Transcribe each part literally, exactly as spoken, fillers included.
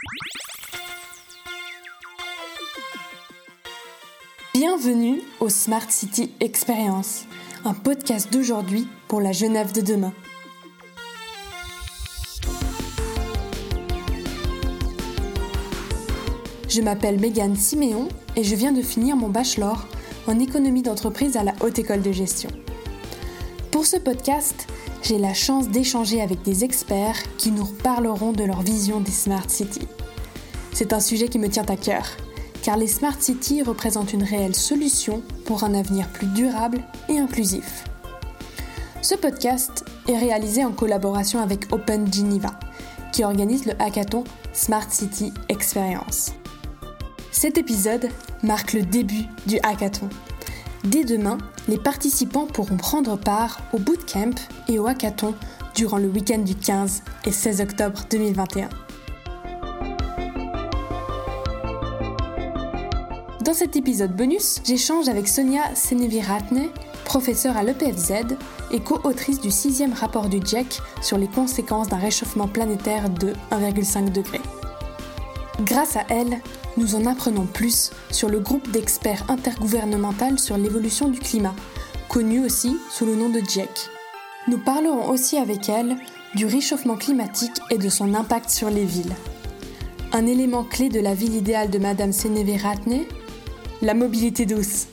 Bienvenue au Smart City Experience, un podcast d'aujourd'hui pour la Genève de demain. Je m'appelle Mégane Siméon et je viens de finir mon bachelor en économie d'entreprise à la Haute École de Gestion. Pour ce podcast, j'ai la chance d'échanger avec des experts qui nous reparleront de leur vision des Smart Cities. C'est un sujet qui me tient à cœur, car les Smart Cities représentent une réelle solution pour un avenir plus durable et inclusif. Ce podcast est réalisé en collaboration avec Open Geneva, qui organise le hackathon Smart City Experience. Cet épisode marque le début du hackathon. Dès demain, les participants pourront prendre part au bootcamp et au hackathon durant le week-end du quinze et seize octobre deux mille vingt et un. Dans cet épisode bonus, j'échange avec Sonia Seneviratne, professeure à l'E P F Z et co-autrice du sixième rapport du GIEC sur les conséquences d'un réchauffement planétaire de un virgule cinq degré. Grâce à elle, nous en apprenons plus sur le groupe d'experts intergouvernemental sur l'évolution du climat, connu aussi sous le nom de GIEC. Nous parlerons aussi avec elle du réchauffement climatique et de son impact sur les villes. Un élément clé de la ville idéale de Madame Seneviratne, la mobilité douce.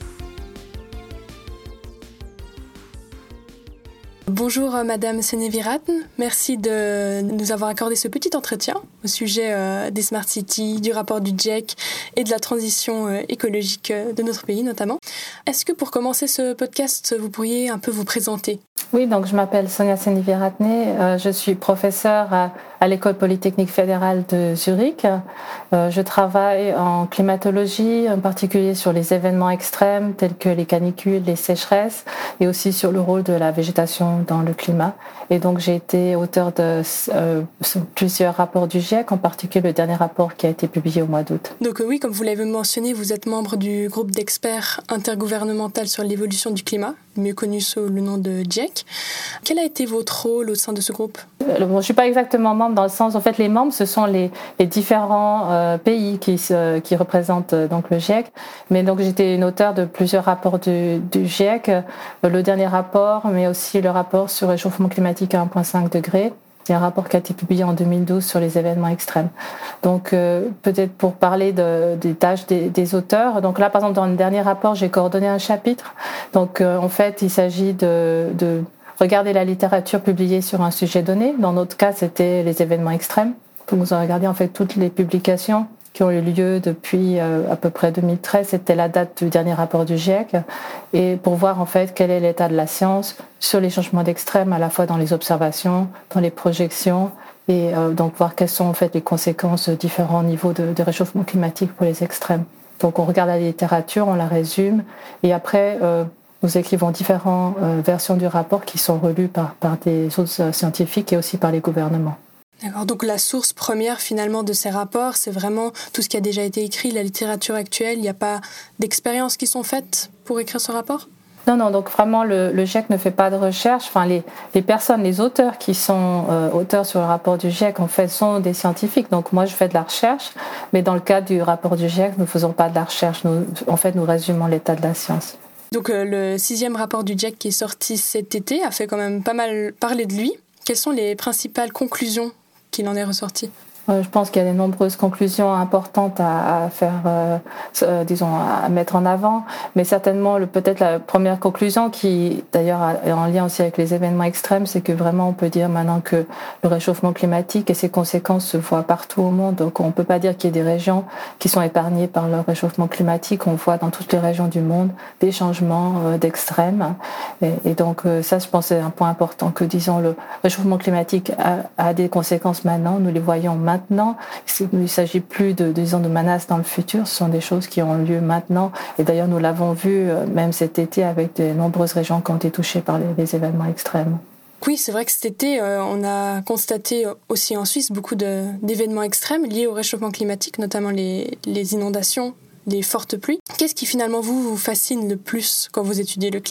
Bonjour Madame Seneviratne, merci de nous avoir accordé ce petit entretien au sujet euh, des Smart Cities, du rapport du GIEC et de la transition euh, écologique de notre pays notamment. Est-ce que pour commencer ce podcast, vous pourriez un peu vous présenter ? Oui, donc je m'appelle Sonia Seneviratne, euh, je suis professeure à, à l'École polytechnique fédérale de Zurich. Euh, je travaille en climatologie, en particulier sur les événements extrêmes tels que les canicules, les sécheresses et aussi sur le rôle de la végétation dans le climat. Et donc j'ai été auteure de euh, plusieurs rapports du GIEC, en particulier le dernier rapport qui a été publié au mois d'août. Donc oui, comme vous l'avez mentionné, vous êtes membre du groupe d'experts intergouvernemental sur l'évolution du climat, mieux connu sous le nom de GIEC. Quel a été votre rôle au sein de ce groupe ? Bon, je ne suis pas exactement membre dans le sens, en fait, les membres, ce sont les, les différents euh, pays qui, se, qui représentent euh, donc le GIEC. Mais donc, j'étais une auteure de plusieurs rapports du, du GIEC, euh, le dernier rapport, mais aussi le rapport sur le réchauffement climatique à un virgule cinq degré. C'est un rapport qui a été publié en deux mille douze sur les événements extrêmes. Donc, euh, peut-être pour parler de, des tâches des, des auteurs. Donc là, par exemple, dans le dernier rapport, j'ai coordonné un chapitre. Donc, euh, en fait, il s'agit de, de regarder la littérature publiée sur un sujet donné. Dans notre cas, c'était les événements extrêmes. Donc, nous avons regardé en fait toutes les publications qui ont eu lieu depuis euh, à peu près deux mille treize, c'était la date du dernier rapport du GIEC, et pour voir en fait quel est l'état de la science sur les changements d'extrême, à la fois dans les observations, dans les projections, et euh, donc voir quelles sont en fait les conséquences de différents niveaux de, de réchauffement climatique pour les extrêmes. Donc on regarde la littérature, on la résume, et après euh, nous écrivons différentes euh, versions du rapport qui sont relues par, par des autres scientifiques et aussi par les gouvernements. D'accord, donc la source première finalement de ces rapports, c'est vraiment tout ce qui a déjà été écrit, la littérature actuelle. Il n'y a pas d'expériences qui sont faites pour écrire ce rapport ? Non, non, donc vraiment le, le GIEC ne fait pas de recherche. Enfin, les, les personnes, les auteurs qui sont euh, auteurs sur le rapport du GIEC, en fait, sont des scientifiques. Donc moi, je fais de la recherche, mais dans le cadre du rapport du GIEC, nous ne faisons pas de la recherche. Nous, en fait, nous résumons l'état de la science. Donc euh, le sixième rapport du GIEC qui est sorti cet été a fait quand même pas mal parler de lui. Quelles sont les principales conclusions qu'il en est ressorti ? Je pense qu'il y a de nombreuses conclusions importantes à, à faire, euh, euh, disons, à mettre en avant. Mais certainement, le, peut-être la première conclusion, qui d'ailleurs est en lien aussi avec les événements extrêmes, c'est que vraiment on peut dire maintenant que le réchauffement climatique et ses conséquences se voient partout au monde. Donc on ne peut pas dire qu'il y ait des régions qui sont épargnées par le réchauffement climatique. On voit dans toutes les régions du monde des changements euh, d'extrêmes. Et, et donc euh, ça, je pense, c'est un point important que, disons, le réchauffement climatique a, a des conséquences maintenant. Nous les voyons maintenant. Maintenant, il ne s'agit plus de, disons, de menaces dans le futur, ce sont des choses qui ont lieu maintenant. Et d'ailleurs, nous l'avons vu même cet été avec de nombreuses régions qui ont été touchées par les, les événements extrêmes. Oui, c'est vrai que cet été, euh, on a constaté aussi en Suisse beaucoup de, d'événements extrêmes liés au réchauffement climatique, notamment les, les inondations, les fortes pluies. Qu'est-ce qui finalement vous, vous fascine le plus quand vous étudiez le climat ?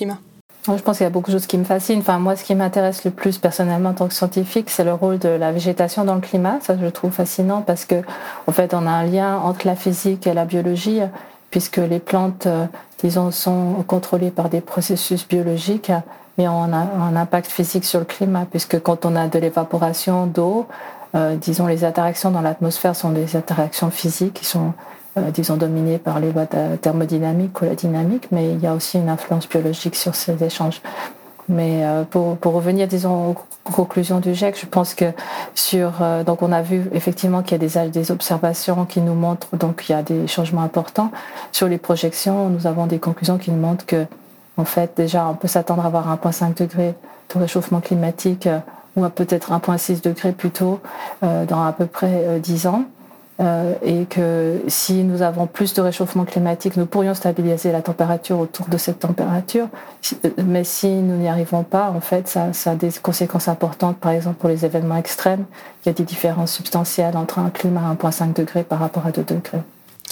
Je pense qu'il y a beaucoup de choses qui me fascinent. Enfin, moi, ce qui m'intéresse le plus personnellement en tant que scientifique, c'est le rôle de la végétation dans le climat. Ça, je le trouve fascinant parce que, en fait, on a un lien entre la physique et la biologie, puisque les plantes, euh, disons, sont contrôlées par des processus biologiques, mais on a un impact physique sur le climat, puisque quand on a de l'évaporation d'eau, euh, disons, les interactions dans l'atmosphère sont des interactions physiques qui sont Euh, disons, dominée par les lois thermodynamiques ou la dynamique, mais il y a aussi une influence biologique sur ces échanges. Mais euh, pour, pour revenir, disons, aux conclusions du GIEC, je pense que sur... Euh, donc, on a vu effectivement qu'il y a des, des observations qui nous montrent donc il y a des changements importants. Sur les projections, nous avons des conclusions qui nous montrent que, en fait, déjà, on peut s'attendre à avoir un virgule cinq degré de réchauffement climatique euh, ou à peut-être un virgule six degré plus tôt euh, dans à peu près euh, dix ans. Euh, et que si nous avons plus de réchauffement climatique, nous pourrions stabiliser la température autour de cette température. Si, mais si nous n'y arrivons pas, en fait, ça, ça a des conséquences importantes, par exemple pour les événements extrêmes. Il y a des différences substantielles entre un climat à un virgule cinq degré par rapport à deux degrés.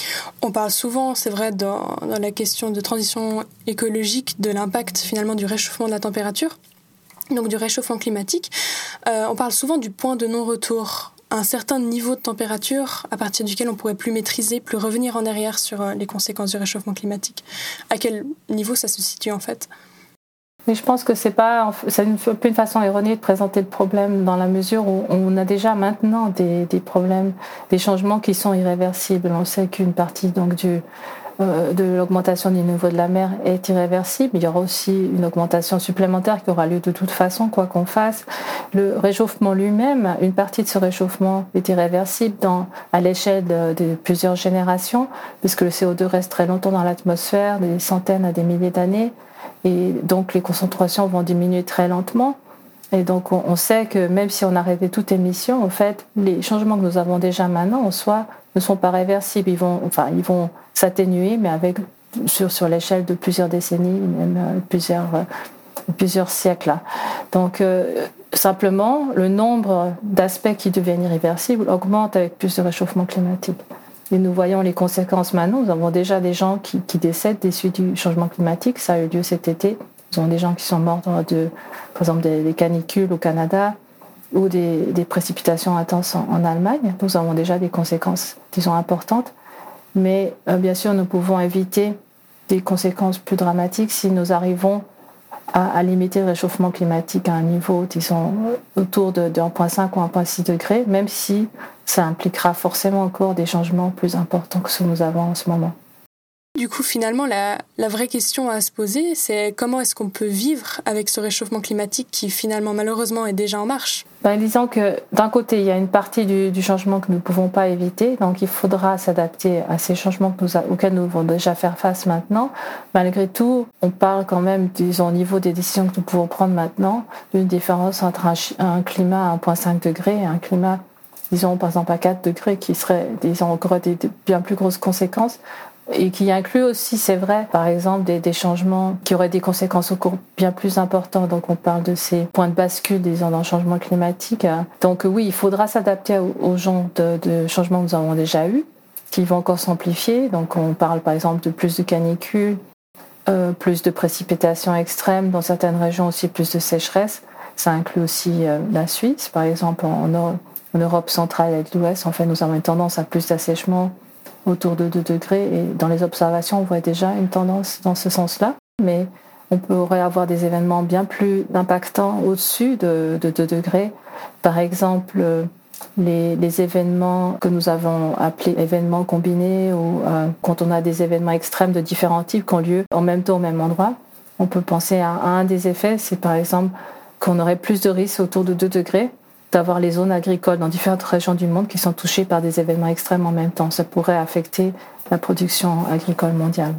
On parle souvent, c'est vrai, dans, dans la question de transition écologique, de l'impact finalement du réchauffement de la température, donc du réchauffement climatique. Euh, on parle souvent du point de non-retour, un certain niveau de température à partir duquel on ne pourrait plus maîtriser, plus revenir en arrière sur les conséquences du réchauffement climatique. À quel niveau ça se situe en fait ? Mais je pense que c'est pas, c'est un peu une façon erronée de présenter le problème dans la mesure où on a déjà maintenant des, des problèmes, des changements qui sont irréversibles. On sait qu'une partie donc du euh, de l'augmentation du niveau de la mer est irréversible. Il y aura aussi une augmentation supplémentaire qui aura lieu de toute façon, quoi qu'on fasse. Le réchauffement lui-même, une partie de ce réchauffement est irréversible dans, à l'échelle de, de plusieurs générations, puisque le C O deux reste très longtemps dans l'atmosphère, des centaines à des milliers d'années, et donc les concentrations vont diminuer très lentement. Et donc on, on sait que même si on arrêtait toute émission, en fait, les changements que nous avons déjà maintenant, en soi, ne sont pas réversibles. Ils vont, enfin, ils vont s'atténuer, mais avec sur sur l'échelle de plusieurs décennies, même euh, plusieurs euh, plusieurs siècles. Donc euh, simplement, le nombre d'aspects qui deviennent irréversibles augmente avec plus de réchauffement climatique. Et nous voyons les conséquences maintenant. Nous avons déjà des gens qui, qui décèdent des suites du changement climatique. Ça a eu lieu cet été. Nous avons des gens qui sont morts de, par exemple, des, des canicules au Canada ou des, des précipitations intenses en, en Allemagne. Nous avons déjà des conséquences, disons, importantes. Mais euh, bien sûr, nous pouvons éviter des conséquences plus dramatiques si nous arrivons à, à limiter le réchauffement climatique à un niveau, disons, autour de, de un virgule cinq ou un virgule six degrés, même si ça impliquera forcément encore des changements plus importants que ceux que nous avons en ce moment. Du coup, finalement, la, la vraie question à se poser, c'est comment est-ce qu'on peut vivre avec ce réchauffement climatique qui, finalement, malheureusement, est déjà en marche ? Ben, disons que, d'un côté, il y a une partie du, du changement que nous ne pouvons pas éviter, donc il faudra s'adapter à ces changements que nous a, auxquels nous devons déjà faire face maintenant. Malgré tout, on parle quand même, disons, au niveau des décisions que nous pouvons prendre maintenant, d'une différence entre un, un climat à un virgule cinq degré et un climat, disons, par exemple, à quatre degrés, qui serait, disons, encore des, des bien plus grosses conséquences. Et qui inclut aussi, c'est vrai, par exemple, des, des changements qui auraient des conséquences au cours bien plus importantes. Donc, on parle de ces points de bascule, disons, dans le changement climatique. Donc, oui, il faudra s'adapter aux, aux genres de, de changements que nous avons déjà eus, qui vont encore s'amplifier. Donc, on parle, par exemple, de plus de canicules, euh, plus de précipitations extrêmes, dans certaines régions aussi plus de sécheresse. Ça inclut aussi euh, la Suisse, par exemple, en, en Europe centrale et de l'Ouest. En fait, nous avons une tendance à plus d'assèchement autour de deux degrés, et dans les observations, on voit déjà une tendance dans ce sens-là, mais on pourrait avoir des événements bien plus impactants au-dessus de, de deux degrés. Par exemple, les, les événements que nous avons appelés événements combinés, ou euh, quand on a des événements extrêmes de différents types qui ont lieu en même temps au même endroit, on peut penser à, à un des effets, c'est par exemple qu'on aurait plus de risques autour de deux degrés, d'avoir les zones agricoles dans différentes régions du monde qui sont touchées par des événements extrêmes en même temps. Ça pourrait affecter la production agricole mondiale.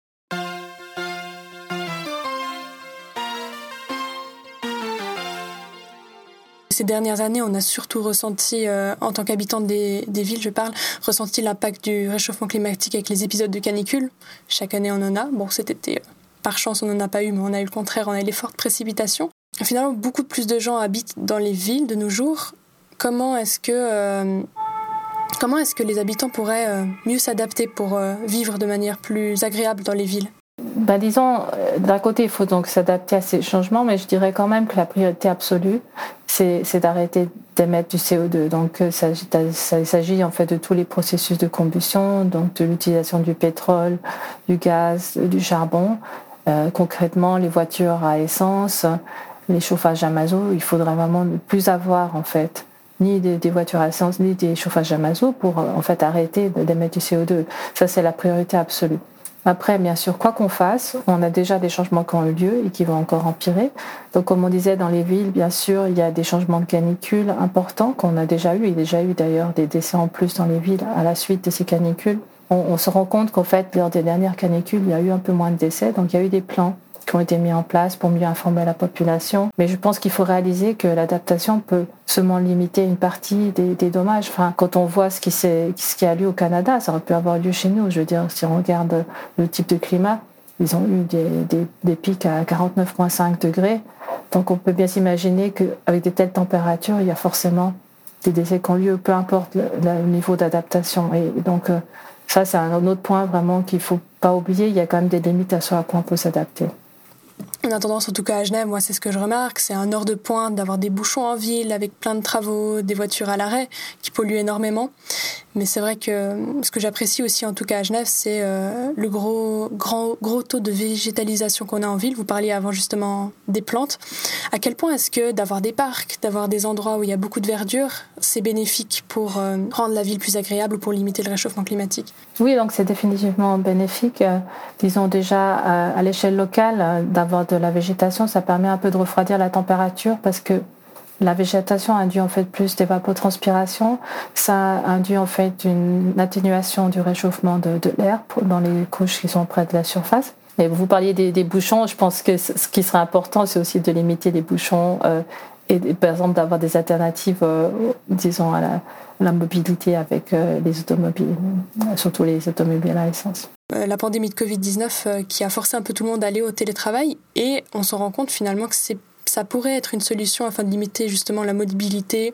Ces dernières années, on a surtout ressenti, euh, en tant qu'habitants des, des villes, je parle, ressenti l'impact du réchauffement climatique avec les épisodes de canicule. Chaque année, on en a. Bon, cet été, par chance, on n'en a pas eu, mais on a eu le contraire, on a eu les fortes précipitations. Finalement, beaucoup plus de gens habitent dans les villes de nos jours. Comment est-ce que, euh, comment est-ce que les habitants pourraient euh, mieux s'adapter pour euh, vivre de manière plus agréable dans les villes ? Ben, disons, d'un côté, il faut donc s'adapter à ces changements, mais je dirais quand même que la priorité absolue, c'est, c'est d'arrêter d'émettre du C O deux. Donc, ça, ça, il s'agit en fait de tous les processus de combustion, donc de l'utilisation du pétrole, du gaz, du charbon. Euh, concrètement, les voitures à essence, les chauffages à mazout, il faudrait vraiment ne plus avoir en fait ni des, des voitures à essence, ni des chauffages à mazout pour en fait arrêter d'émettre du C O deux. Ça, c'est la priorité absolue. Après, bien sûr, quoi qu'on fasse, on a déjà des changements qui ont eu lieu et qui vont encore empirer. Donc, comme on disait, dans les villes, bien sûr, il y a des changements de canicule importants qu'on a déjà eu. Il y a déjà eu d'ailleurs des décès en plus dans les villes à la suite de ces canicules. On, on se rend compte qu'en fait, lors des dernières canicules, il y a eu un peu moins de décès. Donc, il y a eu des plans qui ont été mis en place pour mieux informer la population. Mais je pense qu'il faut réaliser que l'adaptation peut seulement limiter une partie des, des dommages. Enfin, quand on voit ce qui, s'est, ce qui a lieu au Canada, ça aurait pu avoir lieu chez nous. Je veux dire, si on regarde le type de climat, ils ont eu des, des, des pics à quarante-neuf virgule cinq degrés. Donc on peut bien s'imaginer qu'avec de telles températures, il y a forcément des décès qui ont lieu, peu importe le, le niveau d'adaptation. Et donc ça, c'est un autre point vraiment qu'il ne faut pas oublier. Il y a quand même des limites à ce à quoi on peut s'adapter. On a tendance, en tout cas à Genève, moi c'est ce que je remarque, c'est un heure de pointe d'avoir des bouchons en ville avec plein de travaux, des voitures à l'arrêt qui polluent énormément. Mais c'est vrai que ce que j'apprécie aussi, en tout cas à Genève, c'est euh, le gros, grand, gros taux de végétalisation qu'on a en ville. Vous parliez avant justement des plantes. À quel point est-ce que d'avoir des parcs, d'avoir des endroits où il y a beaucoup de verdure, c'est bénéfique pour euh, rendre la ville plus agréable ou pour limiter le réchauffement climatique ? Oui, donc c'est définitivement bénéfique. Euh, disons déjà à, à l'échelle locale, euh, d'avoir de la végétation, ça permet un peu de refroidir la température parce que la végétation induit en fait plus d'évapotranspiration. Ça induit en fait une atténuation du réchauffement de, de l'air dans les couches qui sont près de la surface. Et vous parliez des, des bouchons. Je pense que ce qui serait important, c'est aussi de limiter les bouchons euh, et, et par exemple d'avoir des alternatives, euh, disons à la, la mobilité avec euh, les automobiles, surtout les automobiles à essence. La pandémie de covid dix-neuf euh, qui a forcé un peu tout le monde à aller au télétravail et on se rend compte finalement que c'est ça pourrait être une solution afin de limiter justement la mobilité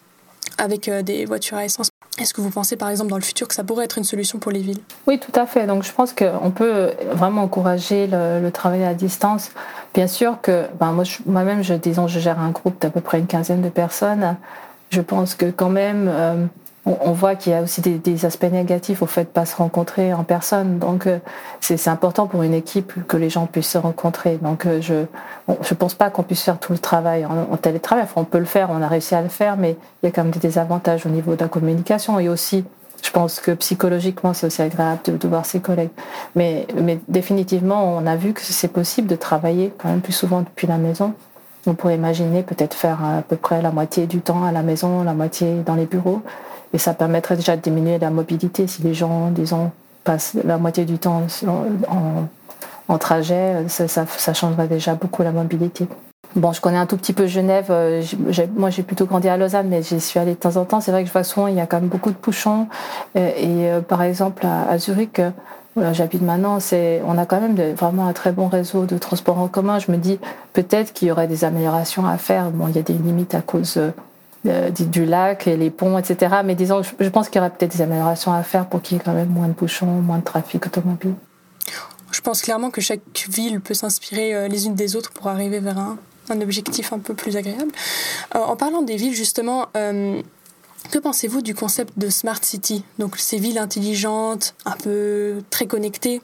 avec des voitures à essence. Est-ce que vous pensez par exemple dans le futur que ça pourrait être une solution pour les villes ? Oui, tout à fait. Donc je pense qu'on peut vraiment encourager le, le travail à distance. Bien sûr que ben, moi, je, moi-même, je, disons, je gère un groupe d'à peu près une quinzaine de personnes. Je pense que quand même, euh, on, on voit qu'il y a aussi des, des aspects négatifs au fait de ne pas se rencontrer en personne. Donc euh, c'est, c'est important pour une équipe que les gens puissent se rencontrer. Donc euh, je ne je pense pas qu'on puisse faire tout le travail en, en télétravail. Enfin, on peut le faire, on a réussi à le faire, mais il y a quand même des désavantages au niveau de la communication. Et aussi, je pense que psychologiquement, c'est aussi agréable de, de voir ses collègues. Mais, mais définitivement, on a vu que c'est possible de travailler quand même plus souvent depuis la maison. On pourrait imaginer peut-être faire à peu près la moitié du temps à la maison, la moitié dans les bureaux. Et ça permettrait déjà de diminuer la mobilité. Si les gens, disons, passent la moitié du temps en, en, en trajet, ça, ça, ça changerait déjà beaucoup la mobilité. Bon, je connais un tout petit peu Genève. J'ai, moi, j'ai plutôt grandi à Lausanne, mais j'y suis allée de temps en temps. C'est vrai que je vois souvent, il y a quand même beaucoup de bouchons. Et, et par exemple, à, à Zurich, où j'habite maintenant, c'est, on a quand même de, vraiment un très bon réseau de transport en commun. Je me dis peut-être qu'il y aurait des améliorations à faire. Bon, il y a des limites à cause euh, du lac et les ponts, et cetera. Mais disons, je, je pense qu'il y aurait peut-être des améliorations à faire pour qu'il y ait quand même moins de bouchons, moins de trafic automobile. Je pense clairement que chaque ville peut s'inspirer les unes des autres pour arriver vers un, un objectif un peu plus agréable. Euh, en parlant des villes, justement, euh, que pensez-vous du concept de Smart City ? Donc ces villes intelligentes, un peu très connectées,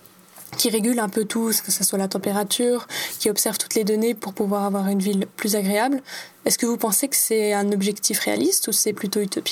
qui régulent un peu tout, que ce soit la température, qui observent toutes les données pour pouvoir avoir une ville plus agréable. Est-ce que vous pensez que c'est un objectif réaliste ou c'est plutôt utopique ?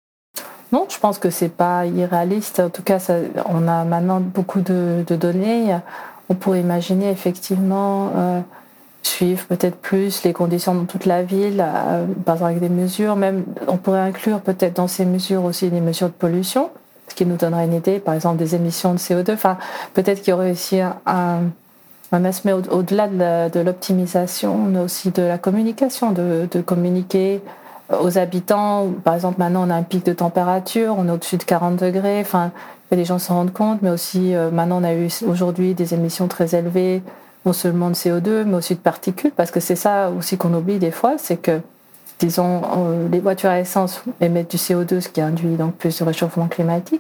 Non, je pense que c'est pas irréaliste. En tout cas, ça, on a maintenant beaucoup de, de données. On pourrait imaginer effectivement euh, suivre peut-être plus les conditions dans toute la ville, euh, par exemple avec des mesures. Même, on pourrait inclure peut-être dans ces mesures aussi des mesures de pollution, ce qui nous donnerait une idée, par exemple des émissions de C O deux. Enfin, peut-être qu'il y aurait aussi un, un aspect au, au-delà de, la, de l'optimisation, mais aussi de la communication, de, de communiquer aux habitants. Par exemple, maintenant, on a un pic de température, on est au-dessus de quarante degrés. Enfin, les gens s'en rendent compte, mais aussi, euh, maintenant, on a eu aujourd'hui des émissions très élevées, non seulement de C O deux, mais aussi de particules, parce que c'est ça aussi qu'on oublie des fois, c'est que, disons, euh, les voitures à essence émettent du C O deux, ce qui induit donc plus de réchauffement climatique,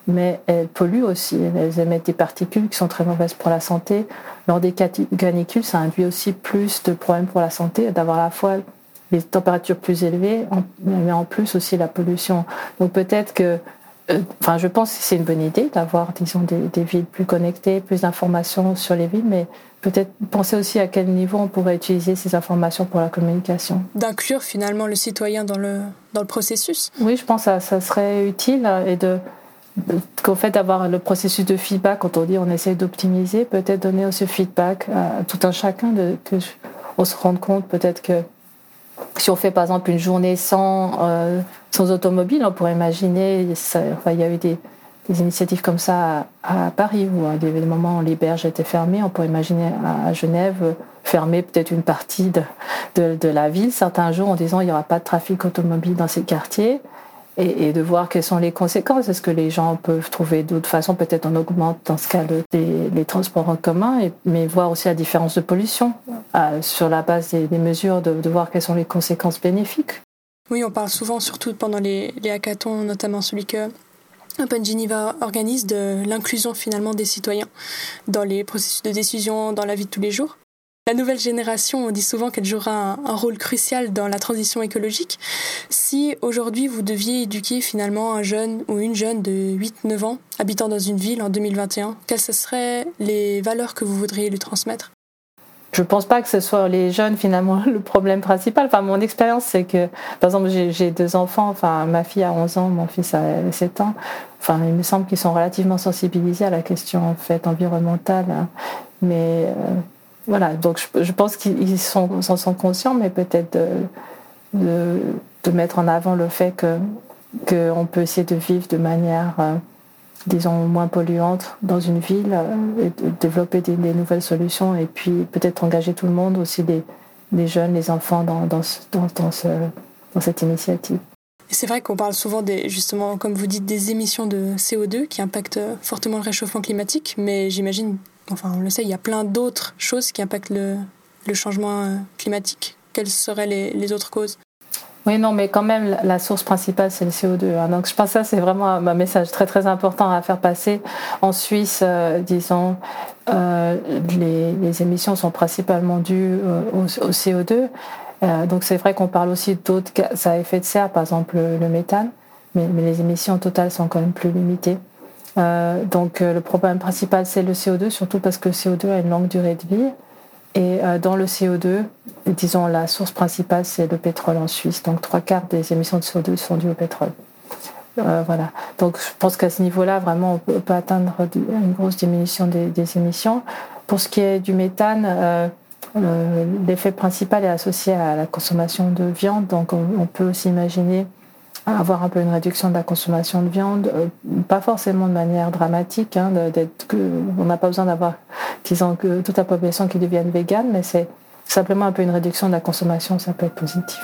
mais elles polluent aussi. Elles émettent des particules qui sont très mauvaises pour la santé. Lors des canicules, ça induit aussi plus de problèmes pour la santé, d'avoir à la fois les températures plus élevées, mais en plus aussi la pollution. Donc peut-être que, euh, enfin, je pense que c'est une bonne idée d'avoir, disons, des, des villes plus connectées, plus d'informations sur les villes, mais peut-être penser aussi à quel niveau on pourrait utiliser ces informations pour la communication. D'inclure finalement le citoyen dans le, dans le processus. Oui, je pense que ça, ça serait utile et de, qu'en fait d'avoir le processus de feedback, quand on dit on essaie d'optimiser, peut-être donner aussi ce feedback à tout un chacun, de, que on se rende compte peut-être que si on fait par exemple une journée sans, euh, sans automobile, on pourrait imaginer, ça, enfin, il y a eu des, des initiatives comme ça à, à Paris, où il y avait des moments où les berges étaient fermées, on pourrait imaginer à, à Genève fermer peut-être une partie de, de, de la ville certains jours en disant il n'y aura pas de trafic automobile dans ces quartiers. Et, et de voir quelles sont les conséquences. Est-ce que les gens peuvent trouver d'autres façons? Peut-être on augmente dans ce cas le, les, les transports en commun, et, mais voir aussi la différence de pollution euh, sur la base des, des mesures, de, de voir quelles sont les conséquences bénéfiques. Oui, on parle souvent, surtout pendant les, les hackathons, notamment celui que Open Geneva organise, de l'inclusion finalement des citoyens dans les processus de décision, dans la vie de tous les jours. La nouvelle génération, on dit souvent qu'elle jouera un, un rôle crucial dans la transition écologique. Si aujourd'hui vous deviez éduquer finalement un jeune ou une jeune de huit neuf ans habitant dans une ville en deux mille vingt et un, quelles seraient les valeurs que vous voudriez lui transmettre? Je ne pense pas que ce soit les jeunes finalement le problème principal. Enfin, mon expérience, c'est que, par exemple, j'ai, j'ai deux enfants. Enfin, ma fille a onze ans, mon fils a sept ans. Enfin, il me semble qu'ils sont relativement sensibilisés à la question en fait environnementale, hein. Mais euh, voilà, donc je, je pense qu'ils sont, s'en sont conscients, mais peut-être de, de, de mettre en avant le fait que qu'on peut essayer de vivre de manière, euh, disons, moins polluante dans une ville, euh, et de développer des, des nouvelles solutions, et puis peut-être engager tout le monde, aussi les, les jeunes, les enfants, dans, dans, dans, dans, ce, dans cette initiative. Et c'est vrai qu'on parle souvent, des, justement, comme vous dites, des émissions de C O deux qui impactent fortement le réchauffement climatique, mais j'imagine, enfin on le sait, il y a plein d'autres choses qui impactent le, le changement climatique. Quelles seraient les, les autres causes? Oui, non, mais quand même, la source principale, c'est le C O deux. Hein. Donc, je pense que ça, c'est vraiment un message très, très important à faire passer. En Suisse, euh, disons, euh, les, les émissions sont principalement dues euh, au, au C O deux. Euh, donc, c'est vrai qu'on parle aussi d'autres gaz à effet de serre, par exemple le, le méthane, mais, mais les émissions totales sont quand même plus limitées. Euh, donc, euh, le problème principal, c'est le C O deux, surtout parce que le C O deux a une longue durée de vie. Et euh, dans le C O deux, disons, la source principale, c'est le pétrole en Suisse. Donc, trois quarts des émissions de C O deux sont dues au pétrole. Euh, voilà. Donc, je pense qu'à ce niveau-là, vraiment, on peut, on peut atteindre une grosse diminution des, des émissions. Pour ce qui est du méthane, euh, euh, l'effet principal est associé à la consommation de viande. Donc, on, on peut aussi imaginer avoir un peu une réduction de la consommation de viande, euh, pas forcément de manière dramatique, hein, d'être que, on n'a pas besoin d'avoir, disons, que toute la population qui devienne végane, mais c'est simplement un peu une réduction de la consommation, ça peut être positif.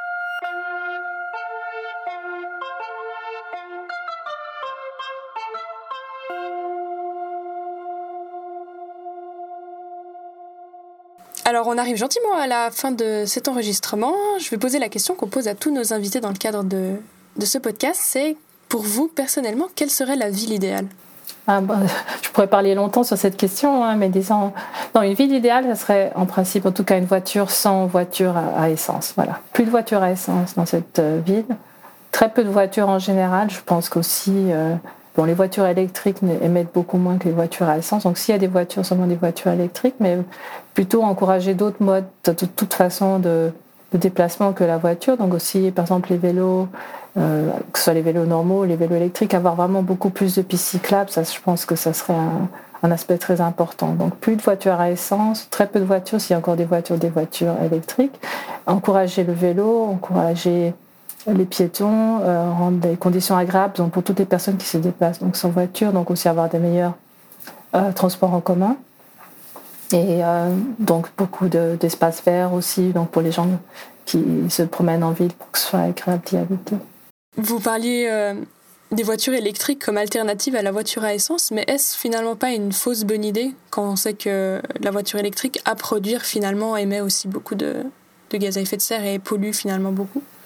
Alors, on arrive gentiment à la fin de cet enregistrement. Je vais poser la question qu'on pose à tous nos invités dans le cadre de, de ce podcast. C'est, pour vous, personnellement, quelle serait la ville idéale? Ah bah, je pourrais parler longtemps sur cette question, hein, mais disons, non, une ville idéale, ça serait en principe, en tout cas, une voiture sans voiture à, à essence. Voilà. Plus de voitures à essence dans cette euh, ville. Très peu de voitures en général. Je pense qu'aussi... Euh, Bon, les voitures électriques émettent beaucoup moins que les voitures à essence. Donc, s'il y a des voitures, seulement des voitures électriques, mais plutôt encourager d'autres modes de toute façon de, de déplacement que la voiture. Donc, aussi, par exemple, les vélos, euh, que ce soit les vélos normaux, les vélos électriques, avoir vraiment beaucoup plus de pistes cyclables, ça, je pense que ça serait un, un aspect très important. Donc, plus de voitures à essence, très peu de voitures, s'il y a encore des voitures, des voitures électriques. Encourager le vélo, encourager les piétons, euh, rendre des conditions agréables donc pour toutes les personnes qui se déplacent donc sans voiture, donc aussi avoir des meilleurs euh, transports en commun, et euh, donc beaucoup de, d'espaces verts aussi donc pour les gens qui se promènent en ville pour que ce soit agréable d'y habiter. Vous parliez euh, des voitures électriques comme alternative à la voiture à essence, mais est-ce finalement pas une fausse bonne idée quand on sait que la voiture électrique à produire finalement émet aussi beaucoup de, de gaz à effet de serre et pollue finalement beaucoup?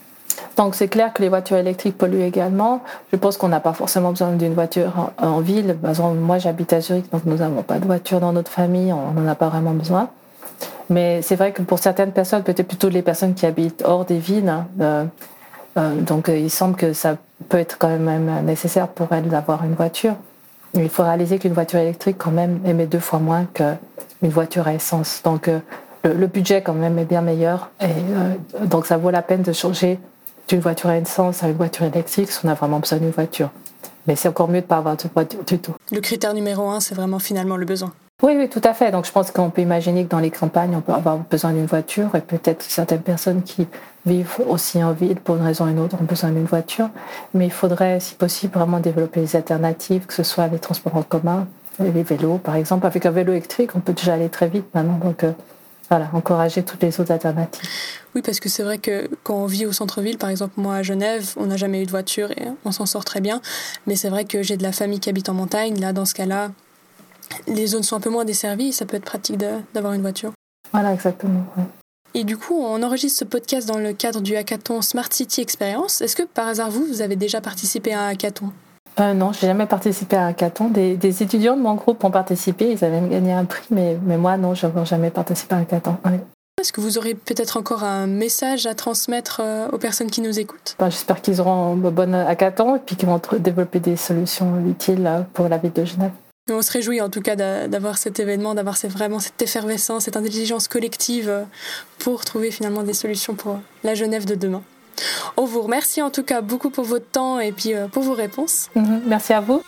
Donc c'est clair que les voitures électriques polluent également. Je pense qu'on n'a pas forcément besoin d'une voiture en, en ville. Par exemple, moi j'habite à Zurich, donc nous n'avons pas de voiture dans notre famille, on n'en a pas vraiment besoin. Mais c'est vrai que pour certaines personnes, peut-être plutôt les personnes qui habitent hors des villes, hein, euh, euh, donc euh, il semble que ça peut être quand même nécessaire pour elles d'avoir une voiture. Il faut réaliser qu'une voiture électrique quand même émet deux fois moins qu'une voiture à essence. Donc euh, le, le budget quand même est bien meilleur et euh, donc ça vaut la peine de changer d'une voiture à essence à une voiture électrique si on a vraiment besoin d'une voiture. Mais c'est encore mieux de ne pas avoir de voiture du tout. Le critère numéro un, c'est vraiment finalement le besoin. Oui, oui, tout à fait. Donc je pense qu'on peut imaginer que dans les campagnes, on peut avoir besoin d'une voiture et peut-être certaines personnes qui vivent aussi en ville pour une raison ou une autre ont besoin d'une voiture. Mais il faudrait, si possible, vraiment développer des alternatives, que ce soit les transports en commun, les vélos par exemple. Avec un vélo électrique, on peut déjà aller très vite maintenant. Donc euh, voilà, encourager toutes les autres alternatives. Oui, parce que c'est vrai que quand on vit au centre-ville, par exemple moi à Genève, on n'a jamais eu de voiture et on s'en sort très bien. Mais c'est vrai que j'ai de la famille qui habite en montagne. Là, dans ce cas-là, les zones sont un peu moins desservies et ça peut être pratique de, d'avoir une voiture. Voilà, exactement. Ouais. Et du coup, on enregistre ce podcast dans le cadre du hackathon Smart City Experience. Est-ce que par hasard, vous, vous avez déjà participé à un hackathon ? euh, Non, je n'ai jamais participé à un hackathon. Des, des étudiants de mon groupe ont participé, ils avaient même gagné un prix, mais, mais moi, non, je n'ai jamais participé à un hackathon. Ouais. Est-ce que vous aurez peut-être encore un message à transmettre aux personnes qui nous écoutent ? Ben, j'espère qu'ils auront un bon hackathon et puis qu'ils vont développer des solutions utiles pour la ville de Genève. On se réjouit en tout cas d'avoir cet événement, d'avoir vraiment cette effervescence, cette intelligence collective pour trouver finalement des solutions pour la Genève de demain. On vous remercie en tout cas beaucoup pour votre temps et puis pour vos réponses. Mmh, merci à vous.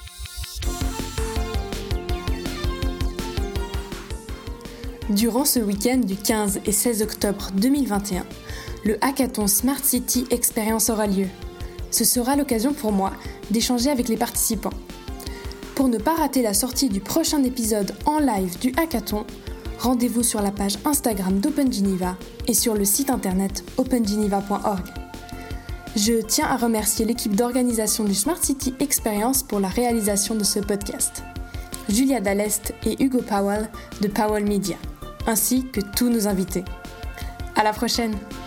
Durant ce week-end du quinze et seize octobre deux mille vingt et un, le hackathon Smart City Experience aura lieu. Ce sera l'occasion pour moi d'échanger avec les participants. Pour ne pas rater la sortie du prochain épisode en live du hackathon, rendez-vous sur la page Instagram d'OpenGeneva et sur le site internet open geneva point org. Je tiens à remercier l'équipe d'organisation du Smart City Experience pour la réalisation de ce podcast. Julia Dallest et Hugo Powell de Powell Media, ainsi que tous nos invités. À la prochaine!